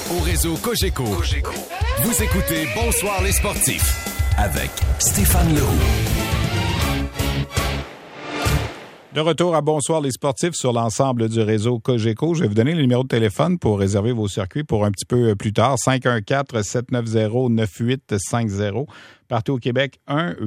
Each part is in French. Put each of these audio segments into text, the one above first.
au réseau Cogeco. Vous écoutez Bonsoir les sportifs avec Stéphane Leroux. De retour à Bonsoir les sportifs sur l'ensemble du réseau Cogeco. Je vais vous donner le numéro de téléphone pour réserver vos circuits pour un petit peu plus tard. 514-790-9850. Partout au Québec,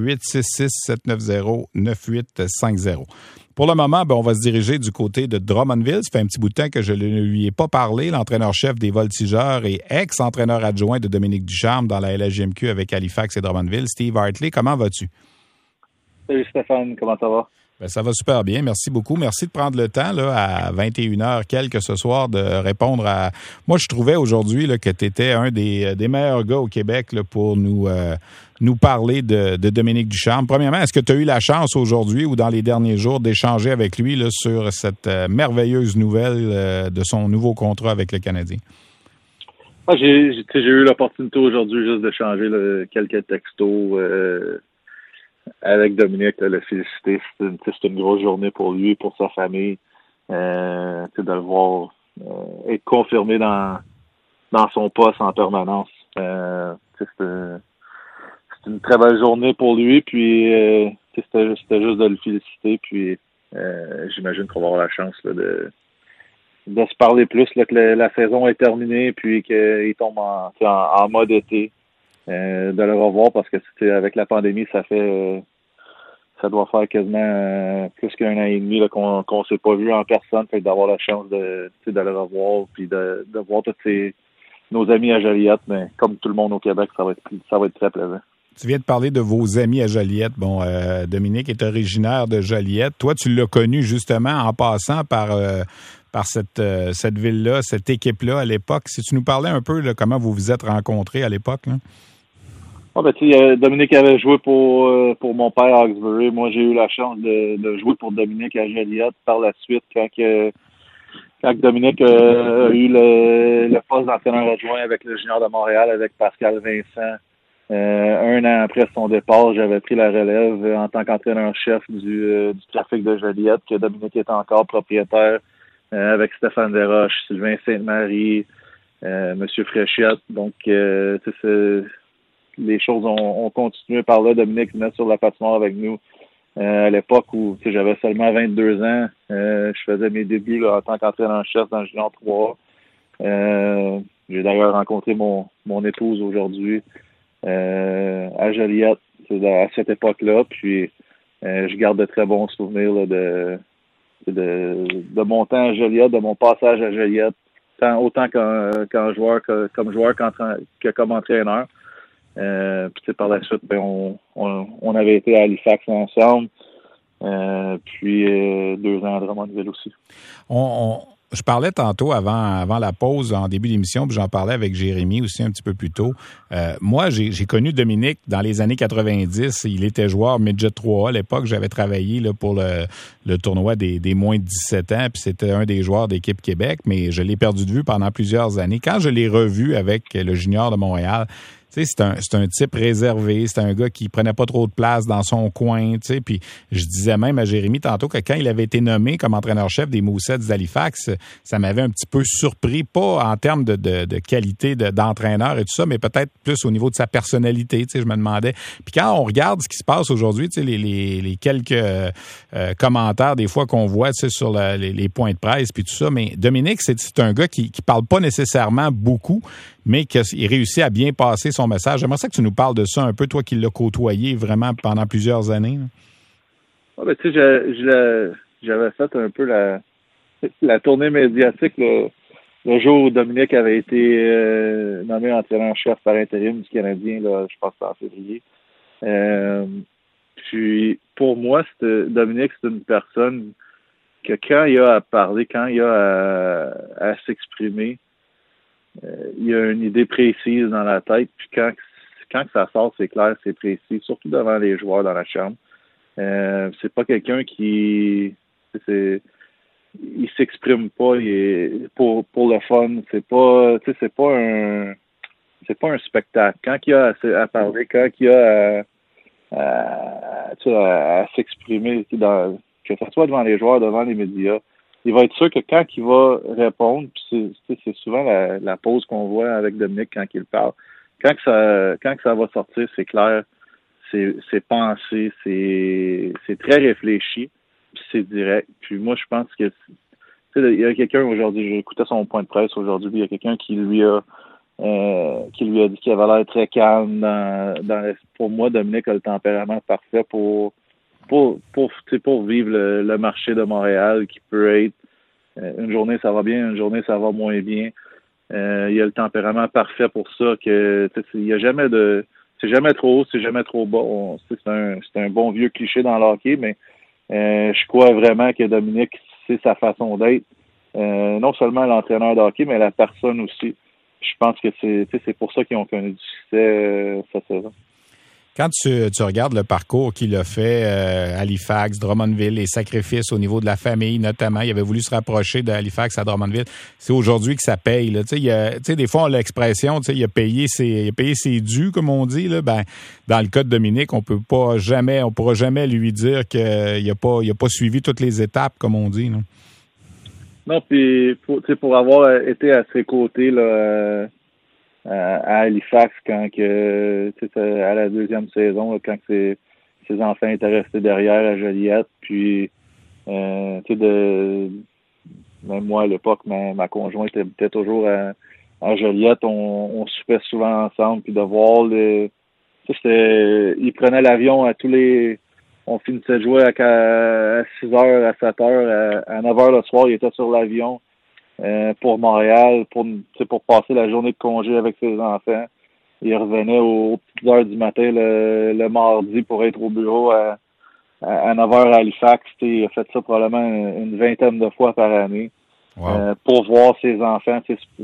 1-866-790-9850. Pour le moment, on va se diriger du côté de Drummondville. Ça fait un petit bout de temps que je ne lui ai pas parlé. L'entraîneur-chef des Voltigeurs et ex-entraîneur adjoint de Dominique Ducharme dans la LHJMQ avec Halifax et Drummondville. Steve Hartley, comment vas-tu? Salut Stéphane, comment ça va? Ça va super bien. Merci beaucoup. Merci de prendre le temps là, à 21h quelque ce soir de répondre à... Moi, je trouvais aujourd'hui là, que tu étais un des meilleurs gars au Québec là, pour nous parler de Dominique Ducharme. Premièrement, est-ce que tu as eu la chance aujourd'hui ou dans les derniers jours d'échanger avec lui là, sur cette merveilleuse nouvelle de son nouveau contrat avec le Canadien? J'ai eu l'opportunité aujourd'hui juste d'échanger quelques textos avec Dominique, le féliciter. C'est une grosse journée pour lui, pour sa famille. De le voir être confirmé dans son poste en permanence. C'est une très belle journée pour lui. Puis c'était juste de le féliciter. Puis j'imagine qu'on va avoir la chance là, de se parler plus, là, que la saison est terminée, puis qu'il tombe en mode été. De le revoir parce que avec la pandémie, ça doit faire quasiment plus qu'un an et demi là, qu'on s'est pas vu en personne, fait d'avoir la chance de le revoir puis de voir tous nos amis à Joliette, mais comme tout le monde au Québec, ça va être très plaisant. Tu viens de parler de vos amis à Joliette. Dominique est originaire de Joliette. Toi, tu l'as connu justement en passant par cette ville-là, cette équipe-là à l'époque. Si tu nous parlais un peu de comment vous vous êtes rencontrés à l'époque, là. Dominique avait joué pour mon père à Hawkesbury. Moi, j'ai eu la chance de jouer pour Dominique à Joliette. Par la suite, quand Dominique a eu le poste d'entraîneur adjoint avec le Junior de Montréal, avec Pascal Vincent, un an après son départ, j'avais pris la relève en tant qu'entraîneur-chef du trafic de Joliette, que Dominique était encore propriétaire avec Stéphane Desroches, Sylvain Sainte-Marie, Monsieur Fréchette. Donc, les choses ont continué par là. Dominique venait sur la patinoire avec nous à l'époque où j'avais seulement 22 ans. Je faisais mes débuts là, en tant qu'entraîneur-chef dans le Junior 3. J'ai d'ailleurs rencontré mon épouse aujourd'hui à Joliette à cette époque-là. Puis je garde de très bons souvenirs là, de mon temps à Joliette, de mon passage à Joliette, autant qu'en joueur que comme entraîneur. Puis par la suite, on avait été à Halifax ensemble, puis 2 ans à Drummondville aussi. Je parlais tantôt avant la pause, en début d'émission, puis j'en parlais avec Jérémy aussi un petit peu plus tôt. Moi, j'ai connu Dominique dans les années 90. Il était joueur Midget 3A à l'époque. J'avais travaillé là, pour le tournoi des moins de 17 ans, puis c'était un des joueurs d'équipe Québec, mais je l'ai perdu de vue pendant plusieurs années. Quand je l'ai revu avec le Junior de Montréal, c'est un type réservé, c'est un gars qui prenait pas trop de place dans son coin, puis je disais même à Jérémy tantôt que quand il avait été nommé comme entraîneur-chef des Moussets d'Halifax, ça m'avait un petit peu surpris, pas en termes de qualité d'entraîneur et tout ça, mais peut-être plus au niveau de sa personnalité, je me demandais. Puis quand on regarde ce qui se passe aujourd'hui, les quelques commentaires des fois qu'on voit sur les points de presse puis tout ça, mais Dominique, c'est un gars qui parle pas nécessairement beaucoup, mais qu'il réussit à bien passer son message. J'aimerais ça que tu nous parles de ça un peu, toi qui l'as côtoyé vraiment pendant plusieurs années. J'avais fait un peu la tournée médiatique le jour où Dominique avait été nommé entraîneur-chef par intérim du Canadien, là, je pense que c'était en février. Puis pour moi, Dominique, c'est une personne que quand il a à parler, quand il a à s'exprimer, il y a une idée précise dans la tête, puis quand ça sort, c'est clair, c'est précis, surtout devant les joueurs dans la chambre. C'est pas quelqu'un il s'exprime pas, pour le fun. C'est pas un spectacle. Quand il a à parler, quand il a à s'exprimer, que ce soit devant les joueurs, devant les médias, il va être sûr que quand il va répondre, puis c'est souvent la pause qu'on voit avec Dominique quand il parle, quand que ça va sortir, c'est clair, c'est pensé, c'est très réfléchi, puis c'est direct. Puis moi, je pense que il y a quelqu'un aujourd'hui, j'ai écouté son point de presse aujourd'hui, il y a quelqu'un qui lui a dit qu'il avait l'air très calme pour moi, Dominique a le tempérament parfait pour vivre le marché de Montréal qui peut être une journée ça va bien, une journée ça va moins bien. Il a le tempérament parfait pour ça que il y a jamais c'est jamais trop haut, c'est jamais trop bas. C'est un bon vieux cliché dans le hockey, mais je crois vraiment que Dominique, c'est sa façon d'être. Non seulement l'entraîneur de hockey, mais la personne aussi. Je pense que c'est pour ça qu'ils ont connu du succès cette saison. Quand tu regardes le parcours qu'il a fait Halifax, Drummondville, les sacrifices au niveau de la famille notamment, il avait voulu se rapprocher de Halifax à Drummondville. C'est aujourd'hui que ça paye. Là. Des fois, on a l'expression, il a payé ses dus, comme on dit. Là. Ben, dans le cas de Dominique, on pourra jamais lui dire qu'il a pas suivi toutes les étapes, comme on dit. Là. Non, puis pour avoir été à ses côtés là, à Halifax quand que à la deuxième saison, là, quand ses enfants étaient restés derrière à Joliette, puis même moi à l'époque, ma conjointe était toujours à Joliette, on soupait souvent ensemble, puis de voir il prenait l'avion à on finissait de jouer à 6h, à 7h, à 9h le soir, il était sur l'avion pour Montréal, pour passer la journée de congé avec ses enfants. Il revenait aux petites heures du matin le mardi pour être au bureau à 9h à Halifax. Il a fait ça probablement une vingtaine de fois par année. Wow. Pour voir ses enfants.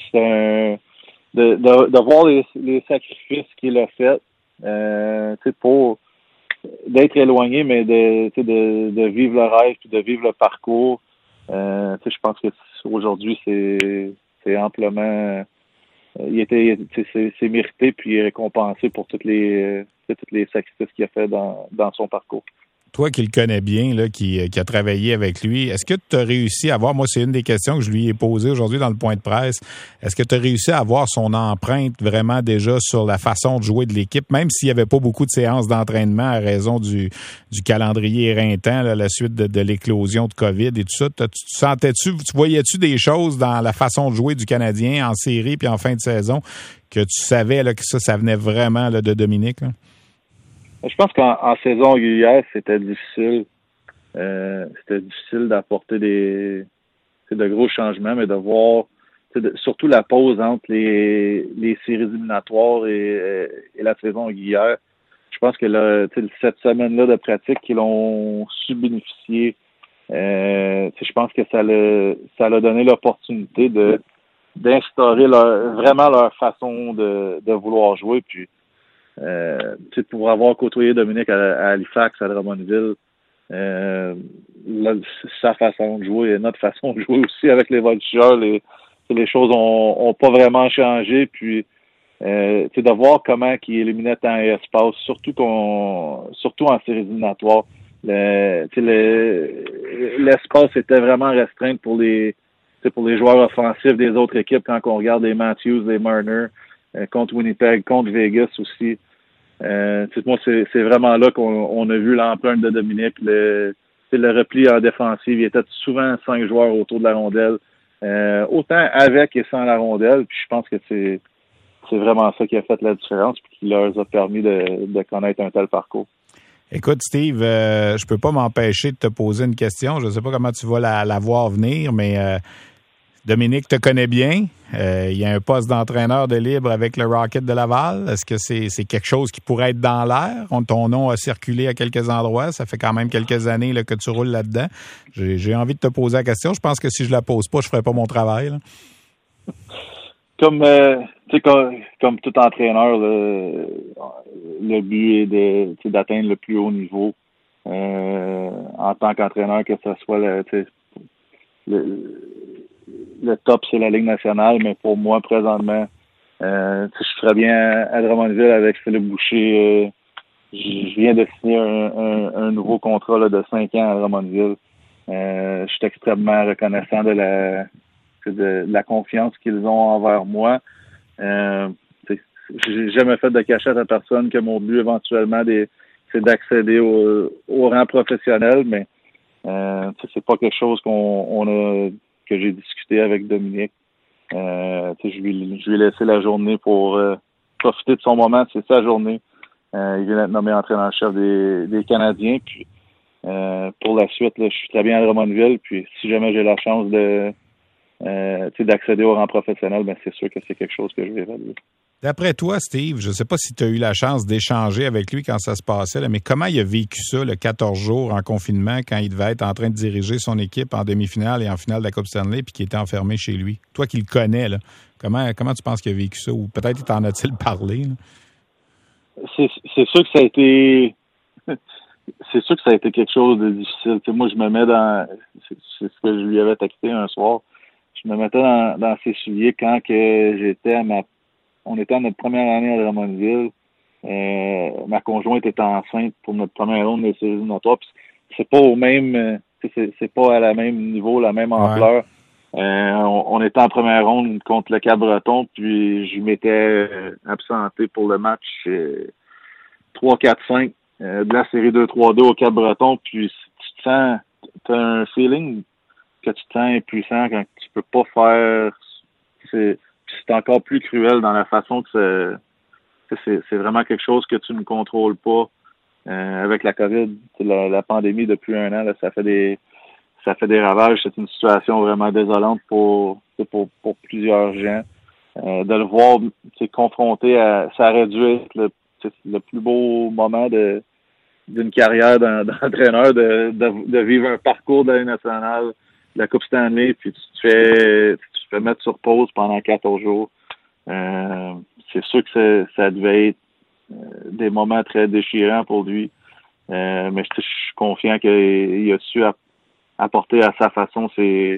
De voir les sacrifices qu'il a fait pour d'être éloigné, mais de vivre le rêve puis de vivre le parcours. Je pense que aujourd'hui, c'est amplement c'est mérité puis récompensé pour tous les sacrifices qu'il a fait dans son parcours. Toi qui le connais bien, là, qui a travaillé avec lui, est-ce que tu as réussi à voir, moi c'est une des questions que je lui ai posées aujourd'hui dans le point de presse, est-ce que tu as réussi à voir son empreinte vraiment déjà sur la façon de jouer de l'équipe, même s'il n'y avait pas beaucoup de séances d'entraînement à raison du calendrier éreintant à la suite de l'éclosion de COVID et tout ça, tu voyais-tu des choses dans la façon de jouer du Canadien en série puis en fin de saison que tu savais là, que ça venait vraiment là, de Dominique, là? Je pense qu'en saison régulière, c'était difficile. C'était difficile d'apporter de gros changements, mais de voir surtout la pause entre les séries éliminatoires et la saison régulière. Je pense que cette semaine-là de pratique qu'ils ont su bénéficier, je pense que ça l'a donné l'opportunité d'instaurer vraiment leur façon de vouloir jouer. Puis pour avoir côtoyé Dominique à Halifax, à Drummondville, sa façon de jouer et notre façon de jouer aussi avec les voltigeurs, les choses ont pas vraiment changé. Puis de voir comment ils éliminaient temps et espace, surtout en séries éliminatoires. L'espace était vraiment restreint pour les joueurs offensifs des autres équipes quand on regarde les Matthews, les Marner, contre Winnipeg, contre Vegas aussi. Moi, c'est vraiment là qu'on a vu l'empreinte de Dominique. Le repli en défensive, il était souvent 5 joueurs autour de la rondelle, autant avec et sans la rondelle. Puis je pense que c'est vraiment ça qui a fait la différence puis qui leur a permis de connaître un tel parcours. Écoute, Steve, je peux pas m'empêcher de te poser une question. Je sais pas comment tu vas la voir venir, mais Dominique te connaît bien. Il y a un poste d'entraîneur de libre avec le Rocket de Laval. Est-ce que c'est quelque chose qui pourrait être dans l'air? Ton nom a circulé à quelques endroits. Ça fait quand même quelques années là, que tu roules là-dedans. J'ai envie de te poser la question. Je pense que si je la pose pas, je ferais pas mon travail, là. Comme tout entraîneur, le but est d'atteindre le plus haut niveau en tant qu'entraîneur, que ce soit le top, c'est la Ligue nationale, mais pour moi, présentement, je serais bien à Drummondville avec Philippe Boucher. Je viens de signer un nouveau contrat là, de 5 ans à Drummondville. Je suis extrêmement reconnaissant de la confiance qu'ils ont envers moi. J'ai jamais fait de cachette à personne que mon but éventuellement c'est d'accéder au rang professionnel, mais c'est pas quelque chose que j'ai discuté avec Dominique. Je lui ai laissé la journée pour profiter de son moment. C'est sa journée. Il vient d'être nommé entraîneur-chef des Canadiens. Puis pour la suite, là, je suis très bien à Drummondville. Puis si jamais j'ai la chance d'accéder au rang professionnel, ben c'est sûr que c'est quelque chose que je vais évaluer. D'après toi, Steve, je ne sais pas si tu as eu la chance d'échanger avec lui quand ça se passait, là, mais comment il a vécu ça, le 14 jours en confinement, quand il devait être en train de diriger son équipe en demi-finale et en finale de la Coupe Stanley, puis qu'il était enfermé chez lui? Toi qui le connais, là, comment tu penses qu'il a vécu ça? Ou peut-être t'en a-t-il parlé? Là? C'est sûr que ça a été... C'est sûr que ça a été quelque chose de difficile. T'sais, moi, je me mets dans... C'est ce que je lui avais texté un soir. Je me mettais dans ses souliers quand que j'étais on était à notre première année à Drummondville. Ma conjointe était enceinte pour notre première ronde de séries éliminatoires. C'est pas au même... c'est pas à la même niveau, la même ampleur. On était en première ronde contre le Cap-Breton, puis je m'étais absenté pour le match 3-4-5 de la série 2-3-2 au Cap-Breton, puis tu te sens... T'as un feeling que tu te sens impuissant quand tu peux pas faire... C'est encore plus cruel dans la façon que c'est vraiment quelque chose que tu ne contrôles pas avec la COVID. La pandémie depuis un an, là, ça fait des ravages. C'est une situation vraiment désolante pour plusieurs gens. De le voir confronté à... Ça aurait dû être le plus beau moment d'une carrière d'entraîneur, de vivre un parcours de la Ligue nationale, de la Coupe Stanley, puis tu te fais mettre sur pause pendant 14 jours. C'est sûr que ça devait être des moments très déchirants pour lui. Mais je suis confiant qu'il a su apporter à sa façon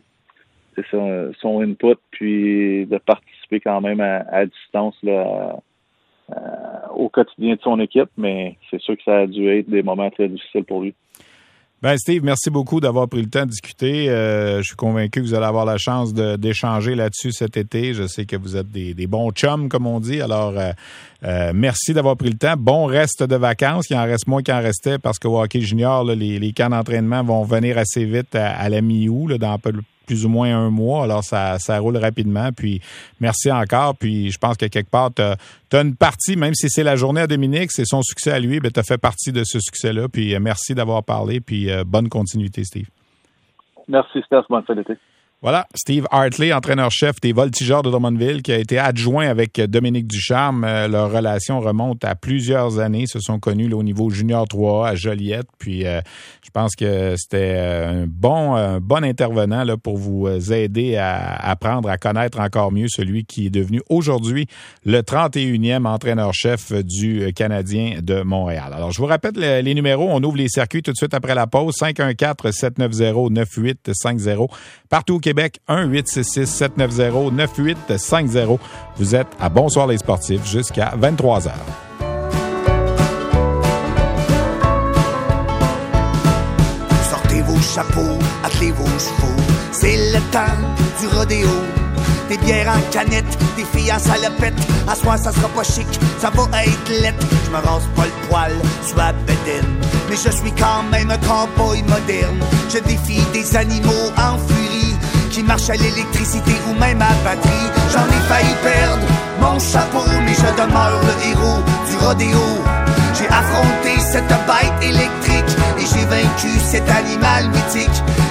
son input, puis de participer quand même à distance là, au quotidien de son équipe. Mais c'est sûr que ça a dû être des moments très difficiles pour lui. Ben Steve, merci beaucoup d'avoir pris le temps de discuter. Je suis convaincu que vous allez avoir la chance d'échanger là-dessus cet été. Je sais que vous êtes des bons chums, comme on dit. Alors, merci d'avoir pris le temps. Bon reste de vacances. Il en reste moins qu'il en restait parce qu'au hockey junior, là, les camps d'entraînement vont venir assez vite à la mi-août, là, dans plus ou moins un mois. Alors, ça roule rapidement. Puis, merci encore. Puis, je pense que quelque part, t'as une partie, même si c'est la journée à Dominique, c'est son succès à lui, ben t'as fait partie de ce succès-là. Puis, merci d'avoir parlé. Puis, bonne continuité, Steve. Merci, Steph. Bonne fin d'été. Voilà, Steve Hartley, entraîneur-chef des Voltigeurs de Drummondville, qui a été adjoint avec Dominique Ducharme. Leur relation remonte à plusieurs années. Ils se sont connus là, au niveau junior 3A à Joliette. Puis, je pense que c'était un bon intervenant là, pour vous aider à apprendre à connaître encore mieux celui qui est devenu aujourd'hui le 31e entraîneur-chef du Canadien de Montréal. Alors, je vous répète les numéros. On ouvre les circuits tout de suite après la pause. 514-790-9850. Partout au Québec, 1-866-790-9850. Vous êtes à Bonsoir les sportifs jusqu'à 23h. Sortez vos chapeaux, attelez vos chevaux. C'est le temps du rodéo. Des bières en canette, des filles en salopette. À soir, ça sera pas chic, ça va être lettre. Je me rase pas le poil, sur la bédaine. Mais je suis quand même un cowboy moderne. Je défie des animaux en furie qui marchent à l'électricité ou même à batterie. J'en ai failli perdre mon chapeau, mais je demeure le héros du rodéo. J'ai affronté cette bête électrique et j'ai vaincu cet animal mythique.